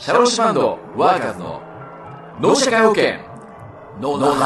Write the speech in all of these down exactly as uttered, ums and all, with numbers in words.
社労士バンドワーカーズの脳社会保険ノーライフ。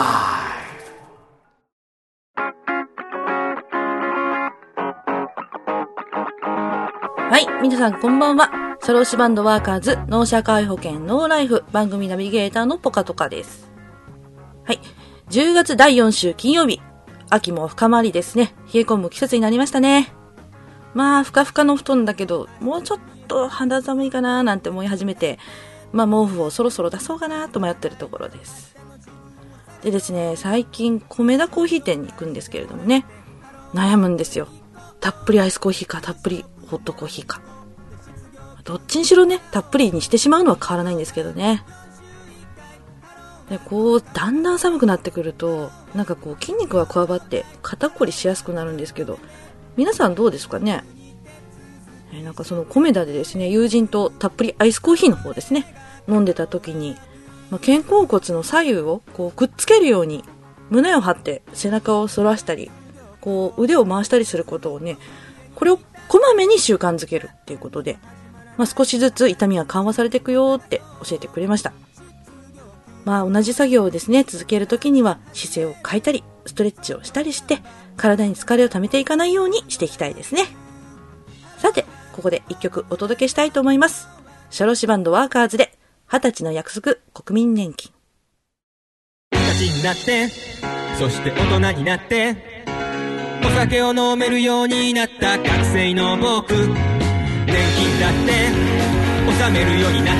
はい、皆さんこんばんは。社労士バンドワーカーズ脳社会保険ノーライフ番組ナビゲーターのポカトカです。はい、じゅうがつだいよん週金曜日、秋も深まりですね。冷え込む季節になりましたね。まあふかふかの布団だけど、もうちょっと肌寒いかななんて思い始めて、まあ毛布をそろそろ出そうかなと迷ってるところです。でですね、最近米田コーヒー店に行くんですけれどもね、悩むんですよ。たっぷりアイスコーヒーかたっぷりホットコーヒーか、どっちにしろね、たっぷりにしてしまうのは変わらないんですけどね。でこうだんだん寒くなってくると、なんかこう筋肉がこわばって肩こりしやすくなるんですけど、皆さんどうですかね。えー、なんかそのコメダでですね、友人とたっぷりアイスコーヒーの方ですね、飲んでた時に、まあ、肩甲骨の左右をこうくっつけるように胸を張って背中を反らしたり、こう腕を回したりすることをね、これをこまめに習慣づけるっていうことで、まあ、少しずつ痛みが緩和されていくよって教えてくれました。まあ同じ作業をですね、続けるときには姿勢を変えたりストレッチをしたりして、体に疲れを溜めていかないようにしていきたいですね。さて、ここで一曲お届けしたいと思います。社労士バンドワーカーズで二十歳の約束国民年金。 二十歳になって、そして大人になって、お酒を飲めるようになった学生の僕、年金だって納めるようになって、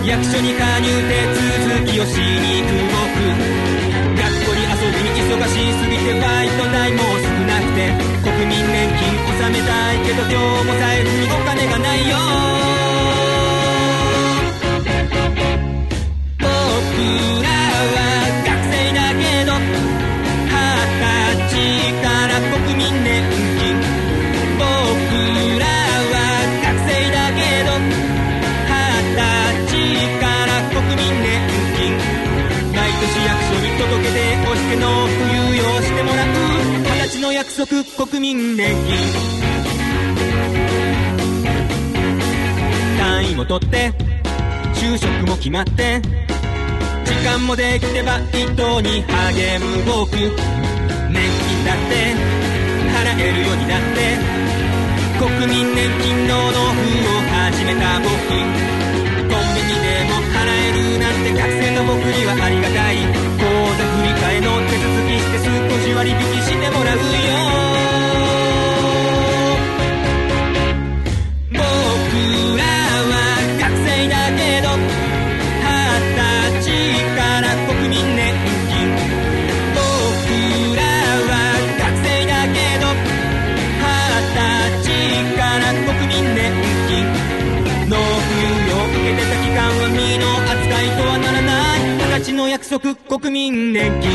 役所に加入手続きをしに行く僕、学校に遊びに忙しすぎてバイト代も少なくて、国民年金納めたいけど今日も財布にお金がないよ。僕らは学生だけど二十歳から国民年金、僕らは学生だけど二十歳から国民年金、毎年役所に届けて押して納付猶予してもらう二十歳の約束国民年金。単位も取って就職も決まって、時間もできてバイトに励む僕、年金だって払えるようになって、国民年金の納付を始めた僕、コンビニでも払えるなんて学生の僕にはありがたい。口座振り替えの手続きして少し割引してもらうよ。僕らは学生だけど二十歳から国民年金、僕らは学生だけど二十歳から国民年金、納付猶予を受けてた期間は身の扱いとはならない、二十歳の約束国民年金。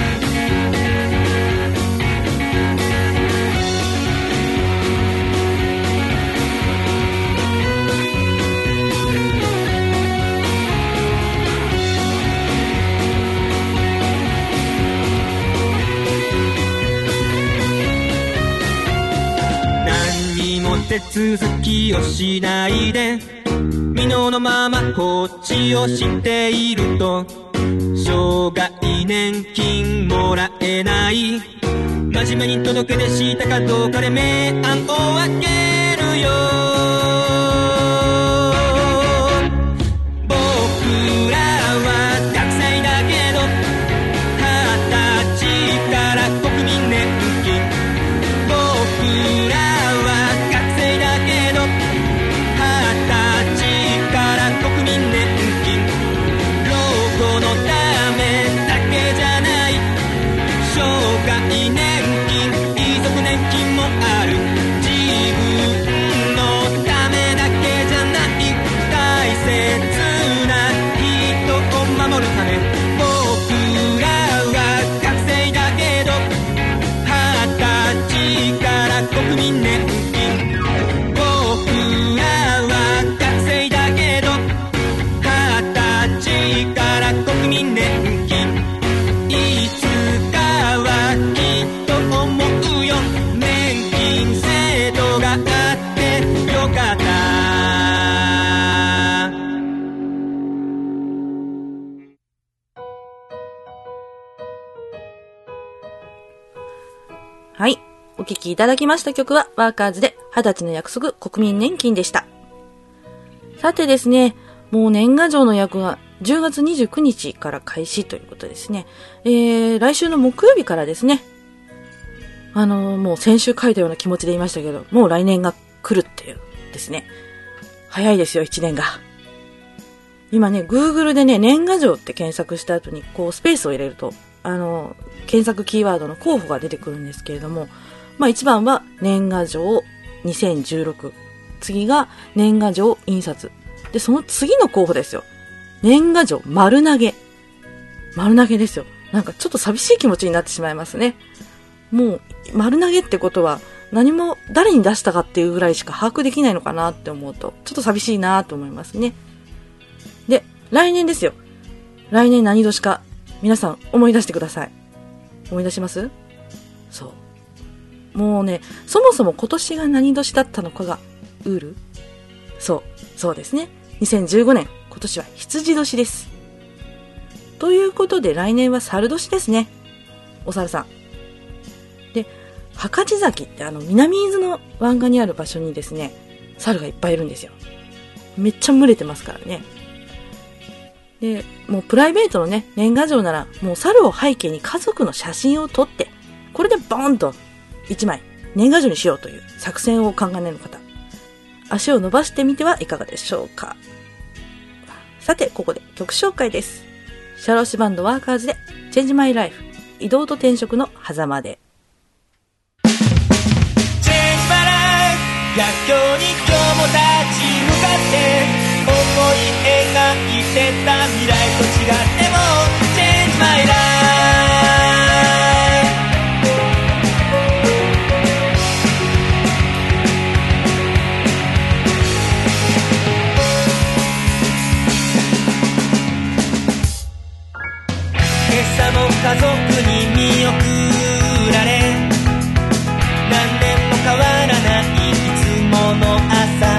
手続きをしないで未納のまま放置をしていると、生涯年金もらえない。真面目に届け出したかどうかで明暗を分けるよ。僕らは学生だけど二十歳から国民年金、僕らは学生だけど二十歳から国民年金、老後のためだけじゃない、生涯年金遺族年金もある、自分のはい。お聴きいただきました曲は、ワーカーズではたちの約束国民年金でした。さてですね、もう年賀状の役はじゅうがつにじゅうくにちから開始ということですね。えー、来週の木曜日からですね。あのー、もう先週書いたような気持ちで言いましたけど、もう来年が来るっていうですね。早いですよ、いちねんが。今ね、Google でね、年賀状って検索した後に、こう、スペースを入れると、あの、検索キーワードの候補が出てくるんですけれども、まあ一番は年賀状にせんじゅうろく。次が年賀状印刷。で、その次の候補ですよ。年賀状丸投げ。丸投げですよ。なんかちょっと寂しい気持ちになってしまいますね。もう、丸投げってことは、何も誰に出したかっていうぐらいしか把握できないのかなって思うと、ちょっと寂しいなと思いますね。で、来年ですよ。来年何年か、皆さん思い出してください。思い出します？そう。もうね、そもそも今年が何年だったのかが、ウール？そう、そうですね。にせんじゅうごねん、今年は羊年です。ということで来年は猿年ですね。お猿さん。で、墓地崎ってあの南伊豆の湾岸にある場所にですね、猿がいっぱいいるんですよ。めっちゃ群れてますからね。で、もうプライベートのね、年賀状なら、もう猿を背景に家族の写真を撮って、これでボーンと一枚年賀状にしようという作戦をお考えの方、足を伸ばしてみてはいかがでしょうか。さて、ここで曲紹介です。シャローシバンドワーカーズで Change My Life 移動と転職の狭間で。 逆境に今日も立ち向かって思い描いてた未来と違っても Change my life。 今朝も家族に見送られ何年も変わらないこの朝、子供も生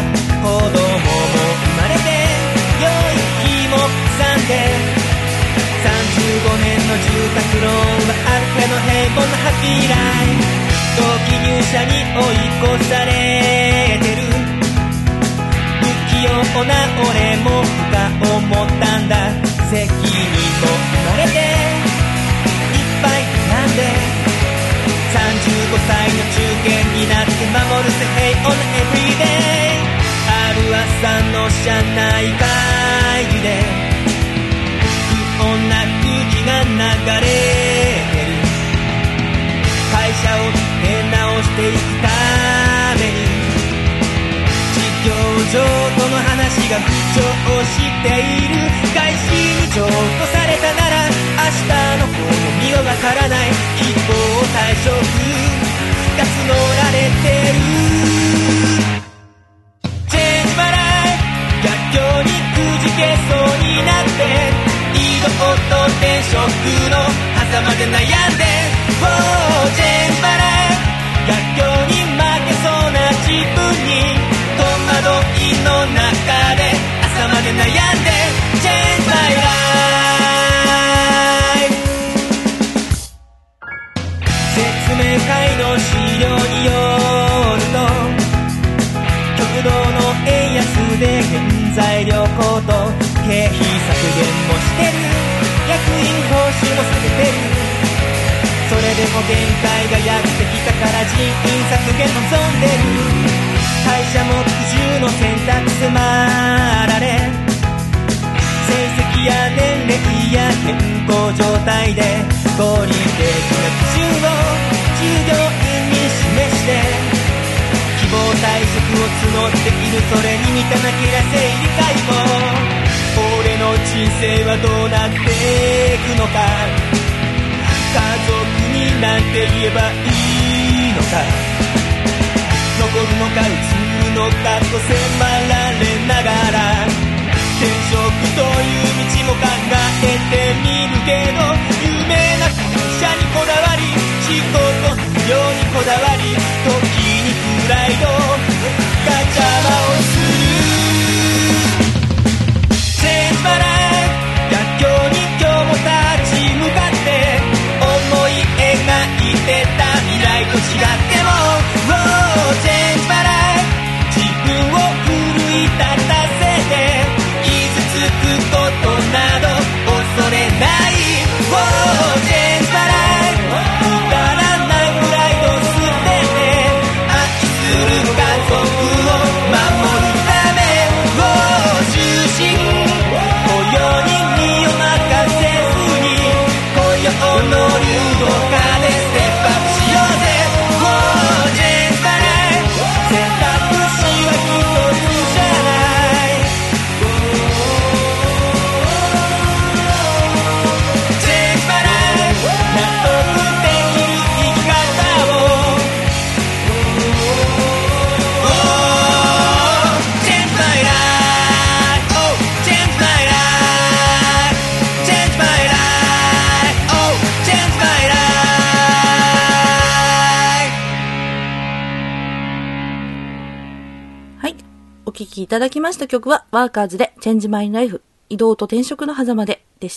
まれて良い日も刻んでさんじゅうごねんの住宅ローンはある程度平凡なハッピーライフ。同期入社に追い越されてる不器用な俺もふか思ったんだ。責任も生まれていっぱいなんでさんじゅうごさいの中堅になって守るぜ Hey on everyday。 ある朝の車内会議で不穏な空気が流れてる。会社を出直していくために事業上との話が浮上している。外資に譲渡されたなら明日の方も見がわからない。希望退職が募られてる。 Change my life。 逆境にくじけそうになって移動と転職の狭間で悩んで oh, Change my life。 逆境に負けそうな自分に戸惑いの中で朝まで悩んで Change my life。説明会の資料によると極度の円安で原材料高騰経費削減もしてる。役員報酬も下げてる。それでも限界がやってきたから人員削減望んでる。会社も苦渋の選択迫られ成績や年齢や健康状態で合理的な基準を従業員に示して希望退職を募っている。それに満たなけりゃ生理解も俺の人生はどうなっていくのか。家族になんて言えばいいのか。残るのか移るのかと迫られながら転職という道も考えてみるけど有名な会社にこだわり仕事の量にこだわり時にプライドが邪魔をする。 Change my life。 逆境に今日も立ち向かって思い描いてた未来と違きいただきました曲はワーカーズでチェンジマイライフ、移動と転職の狭間ででした。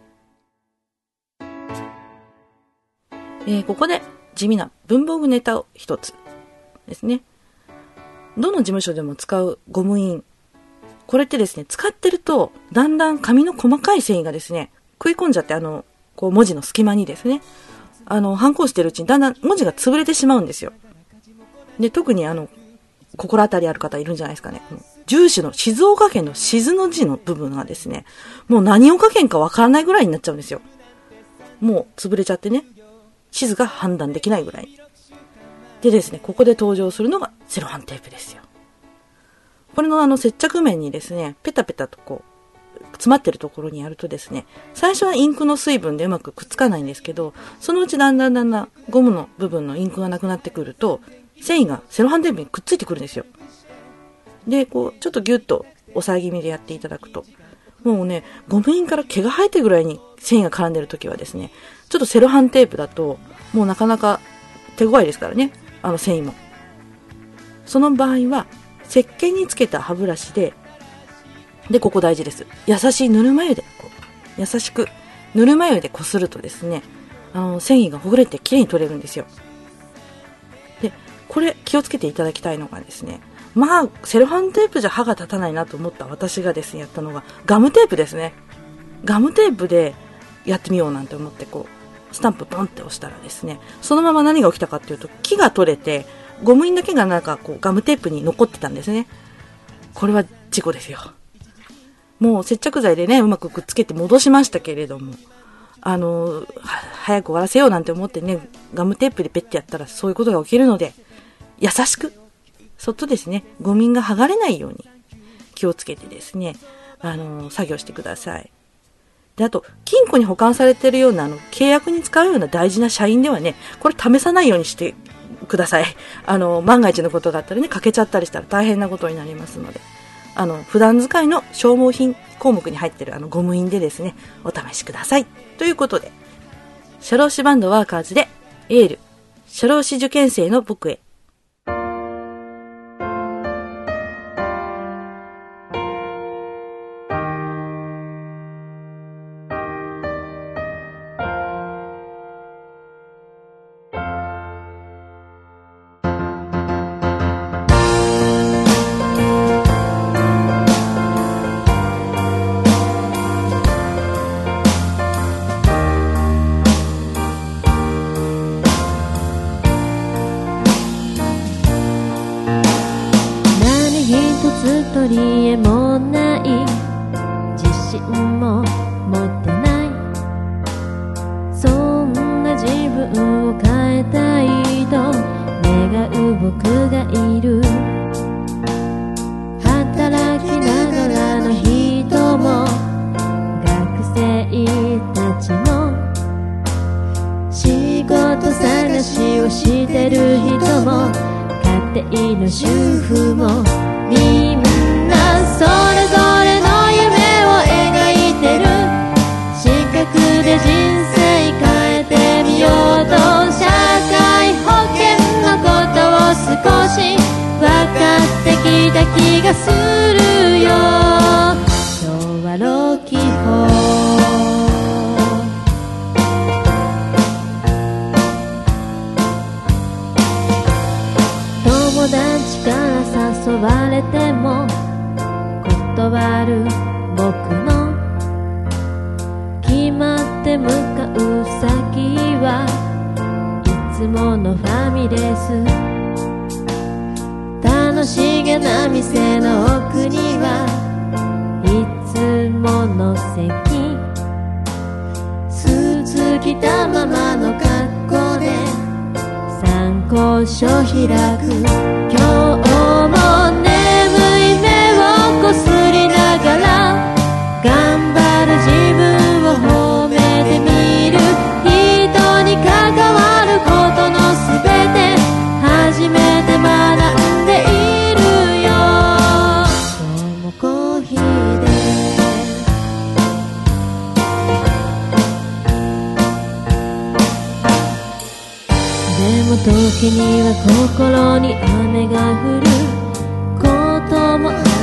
えー、ここで地味な文房具ネタを一つですね。どの事務所でも使うゴム印。これってですね、使ってるとだんだん紙の細かい繊維がですね、食い込んじゃって、あの、こう文字の隙間にですね、あの、反抗してるうちにだんだん文字が潰れてしまうんですよ。で、特にあの、心当たりある方いるんじゃないですかね。住所の静岡県の静の字の部分がですね、もう何を書けんかわからないぐらいになっちゃうんですよ。もう潰れちゃってね、地図が判断できないぐらい。でですね、ここで登場するのがセロハンテープですよ。これのあの接着面にですね、ペタペタとこう、詰まってるところにやるとですね、最初はインクの水分でうまくくっつかないんですけど、そのうちだんだんだんだんゴムの部分のインクがなくなってくると、繊維がセロハンテープにくっついてくるんですよ。で、こう、ちょっとギュッと押さえ気味でやっていただくと、もうね、ゴム印から毛が生えてるぐらいに繊維が絡んでるときはですね、ちょっとセロハンテープだと、もうなかなか手強いですからね、あの繊維も。その場合は、石鹸につけた歯ブラシで、で、ここ大事です。優しいぬるま湯で、こう優しくぬるま湯でこするとですね、あの、繊維がほぐれてきれいに取れるんですよ。で、これ気をつけていただきたいのがですね、まあ、セロハンテープじゃ歯が立たないなと思った私がですね、やったのが、ガムテープですね。ガムテープでやってみようなんて思って、こう、スタンプポンって押したらですね、そのまま何が起きたかっていうと、木が取れて、ゴム印だけがなんかこう、ガムテープに残ってたんですね。これは事故ですよ。もう接着剤でね、うまくくっつけて戻しましたけれども、あの、早く終わらせようなんて思ってね、ガムテープでペッてやったらそういうことが起きるので、優しく、そっとですね、ゴム印が剥がれないように気をつけてですね、あの、作業してください。で、あと、金庫に保管されているような、あの、契約に使うような大事な社員ではね、これ試さないようにしてください。あの、万が一のことがあったらね、欠けちゃったりしたら大変なことになりますので、あの、普段使いの消耗品項目に入っているあの、ゴム印でですね、お試しください。ということで、社労士バンドワーカーズで、エール、社労士受験生の僕へ。 取り柄もない自信も持ってないそんな自分を変えたいと願う僕がいる働きながらの人も学生たちも仕事探しをしてる人も家庭の主婦もみんなそれぞれの夢を描いてる視覚で人生変えてみようと社会保険のことを少し分かってきた気がするよ昭和ロキホ友達から誘われても断る僕の決まって向かう先はいつものファミレス楽しげな店の奥にはいつもの席スーツ着たままの格好で参考書開く今日も眠い目をこすりながら頑張る自分を褒めてみる人に関わることのすべて初めて学んでいるよ今日もコーヒーででも時には心に雨が降ることもある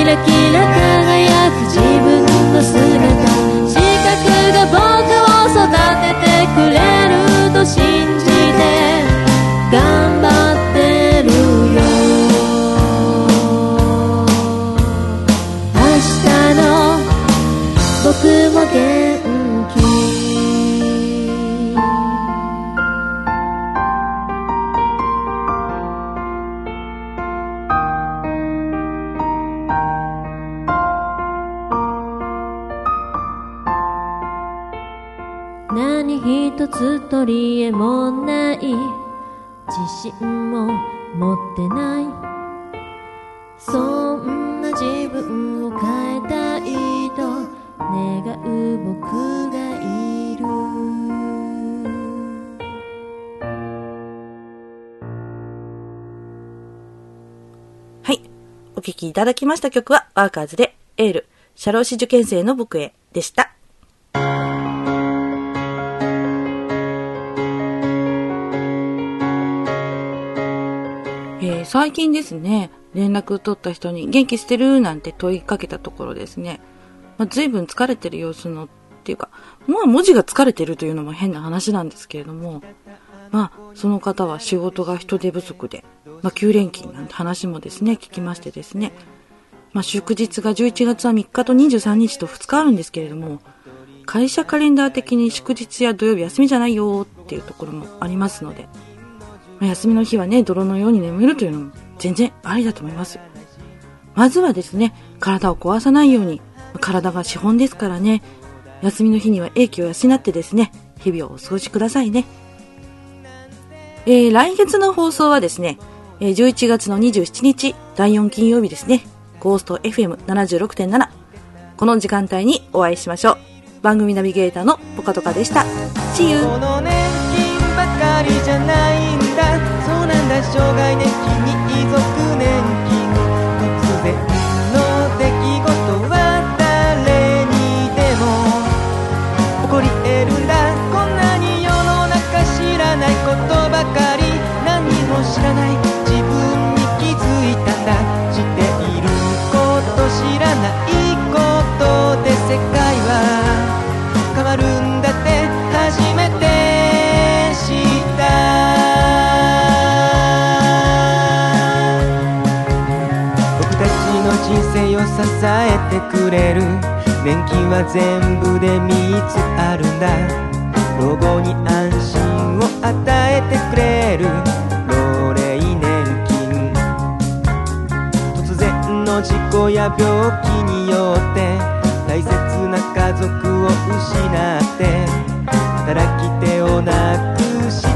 ラキラ輝く自分の姿、視覚が僕を育ててくれると信じて頑張ってるよ。明日の僕も元気。何一つ取り柄もない自信も持ってない、そんな自分を変えたいと願う僕がいる。 はい。お聴きいただきました曲はワーカーズでエール、社労士受験生の僕へでした。えー、最近ですね、連絡取った人に元気してるなんて問いかけたところですね、まあ、随分疲れてる様子のっていうか、まあ文字が疲れてるというのも変な話なんですけれども、まあその方は仕事が人手不足で、まあきゅう連勤なんて話もですね、聞きましてですね、まあ祝日がじゅういちがつはみっかとにじゅうさんにちとふつかあるんですけれども、会社カレンダー的に祝日や土曜日休みじゃないよっていうところもありますので、休みの日はね、泥のように眠るというのも全然ありだと思います。まずはですね、体を壊さないように、体が資本ですからね、休みの日には英気を養ってですね、日々をお過ごしくださいね。えー、来月の放送はですね、じゅういちがつのにじゅうしちにち、だいよん金曜日ですね、ゴースト エフエムななじゅうろくてんなな、この時間帯にお会いしましょう。番組ナビゲーターのポカトカでした。See you! この年金ばかりじゃないんだ、そうなんだ、障害年金に遺族年金、突然の出来事は誰にでも起こり得るんだ。こんなに世の中知らないことばかり、何も知らない自分に気づいたんだ。知っていること知らないことで世界は変わるんだって初めて知った。僕たちの人生を支えてくれる年金は全部でみっつあるんだ。老後に安心を与えてくれる老齢年金、突然の事故や病気によって大切な家族を失って働き手をなくし